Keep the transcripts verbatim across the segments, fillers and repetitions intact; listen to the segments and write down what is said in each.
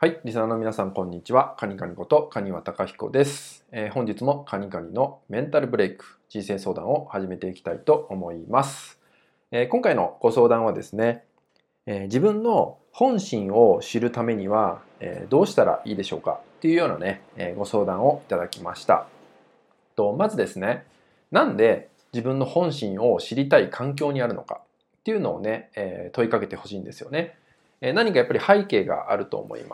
はい、リスナーの皆さん、こんにちは。カニカニこと蟹輪貴彦です、えー本日もカニカニのメンタルブレイク人生相談を始めていきたいと思います。えー今回のご相談はですね、えー自分の本心を知るためには、えーどうしたらいいでしょうかっていうようなね、えーご相談をいただきました。とまずですね、なんで自分の本心を知りたい環境にあるのかっていうのをね、えー問いかけてほしいんですよね。えー何かやっぱり背景があると思います。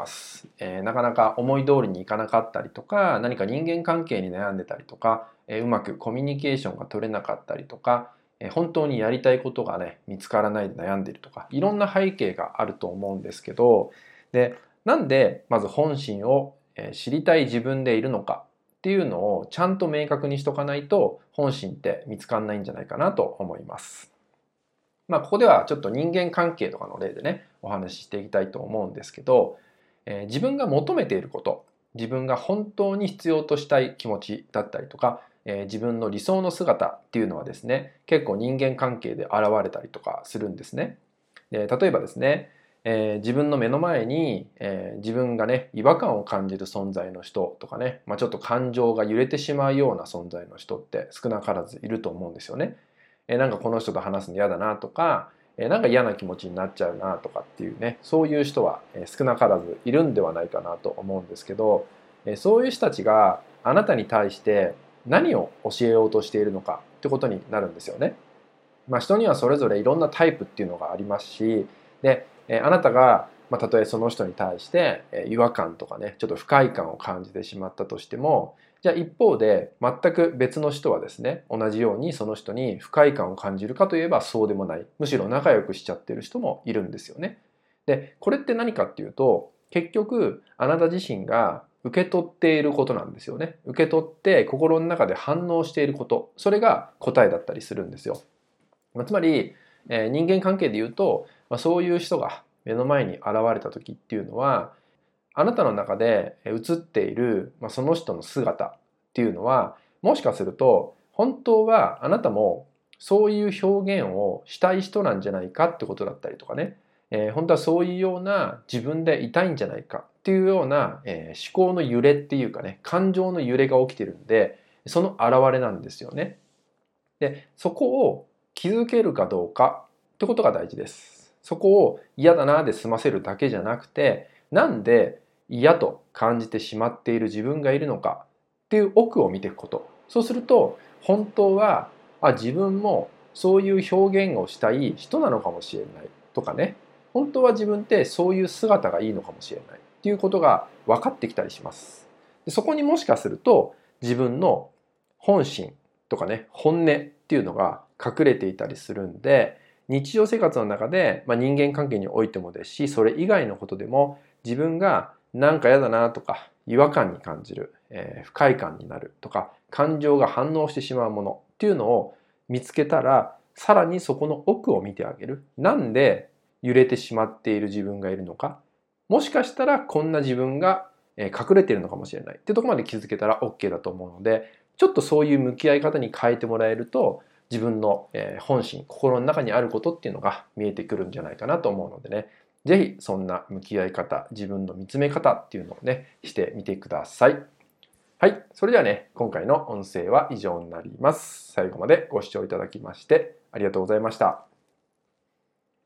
えーなかなか思い通りにいかなかったりとか、何か人間関係に悩んでたりとか、えーうまくコミュニケーションが取れなかったりとか、えー本当にやりたいことがね、見つからないで悩んでいるとか、いろんな背景があると思うんですけど、で、なんでまず本心をえー知りたい自分でいるのかっていうのをちゃんと明確にしとかないと本心って見つかんないんじゃないかなと思います。まあここではちょっと人間関係とかの例でねお話ししていきたいと思うんですけど、えー自分が求めていること、自分が本当に必要としたい気持ちだったりとか、えー自分の理想の姿っていうのはですね結構人間関係で現れたりとかするんですね。で例えばですね、えー自分の目の前に、えー自分がね違和感を感じる存在の人とかね、まあ、ちょっと感情が揺れてしまうような存在の人って少なからずいると思うんですよね。えーなんかこの人と話すの嫌だなとか、えーなんか嫌な気持ちになっちゃうなとかっていうね、そういう人はえー少なからずいるんではないかなと思うんですけど、えーそういう人たちがあなたに対して何を教えようとしているのかってことになるんですよね。まあ、人にはそれぞれいろんなタイプっていうのがありますし、で、えあなたが、まあ、たとえその人に対してえ違和感とかねちょっと不快感を感じてしまったとしても、じゃあ一方で全く別の人はですね同じようにその人に不快感を感じるかといえばそうでもない、むしろ仲良くしちゃってる人もいるんですよね。でこれって何かっていうと結局あなた自身が受け取っていることなんですよね。受け取って心の中で反応していること、それが答えだったりするんですよ。まあ、つまり、えー人間関係で言うと、まあ、そういう人が目の前に現れた時っていうのはあなたの中で映っている、まあ、その人の姿っていうのはもしかすると本当はあなたもそういう表現をしたい人なんじゃないかってことだったりとかね、えー本当はそういうような自分でいたいんじゃないかっていうような、えー思考の揺れっていうかね感情の揺れが起きてるんでその現れなんですよね。で、そこを気づけるかどうかってことが大事です。そこを嫌だなで済ませるだけじゃなくて、なんで嫌と感じてしまっている自分がいるのかっていう奥を見ていくこと。そうすると、本当は、あ、自分もそういう表現をしたい人なのかもしれないとかね、本当は自分ってそういう姿がいいのかもしれないっていうことが分かってきたりします。でそこにもしかすると自分の本心とかね本音っていうのが隠れていたりするんで、日常生活の中で、まあ、人間関係においてもですしそれ以外のことでも自分がなんか嫌だなとか違和感に感じる、えー不快感になるとか感情が反応してしまうものっていうのを見つけたら、さらにそこの奥を見てあげる。なんで揺れてしまっている自分がいるのか、もしかしたらこんな自分がえー隠れているのかもしれないっていうところまで気づけたら OK だと思うので、ちょっとそういう向き合い方に変えてもらえると自分の本心、心の中にあることっていうのが見えてくるんじゃないかなと思うのでね、ぜひそんな向き合い方、自分の見つめ方っていうのをねしてみてください。はい、それではね今回の音声は以上になります。最後までご視聴いただきましてありがとうございました。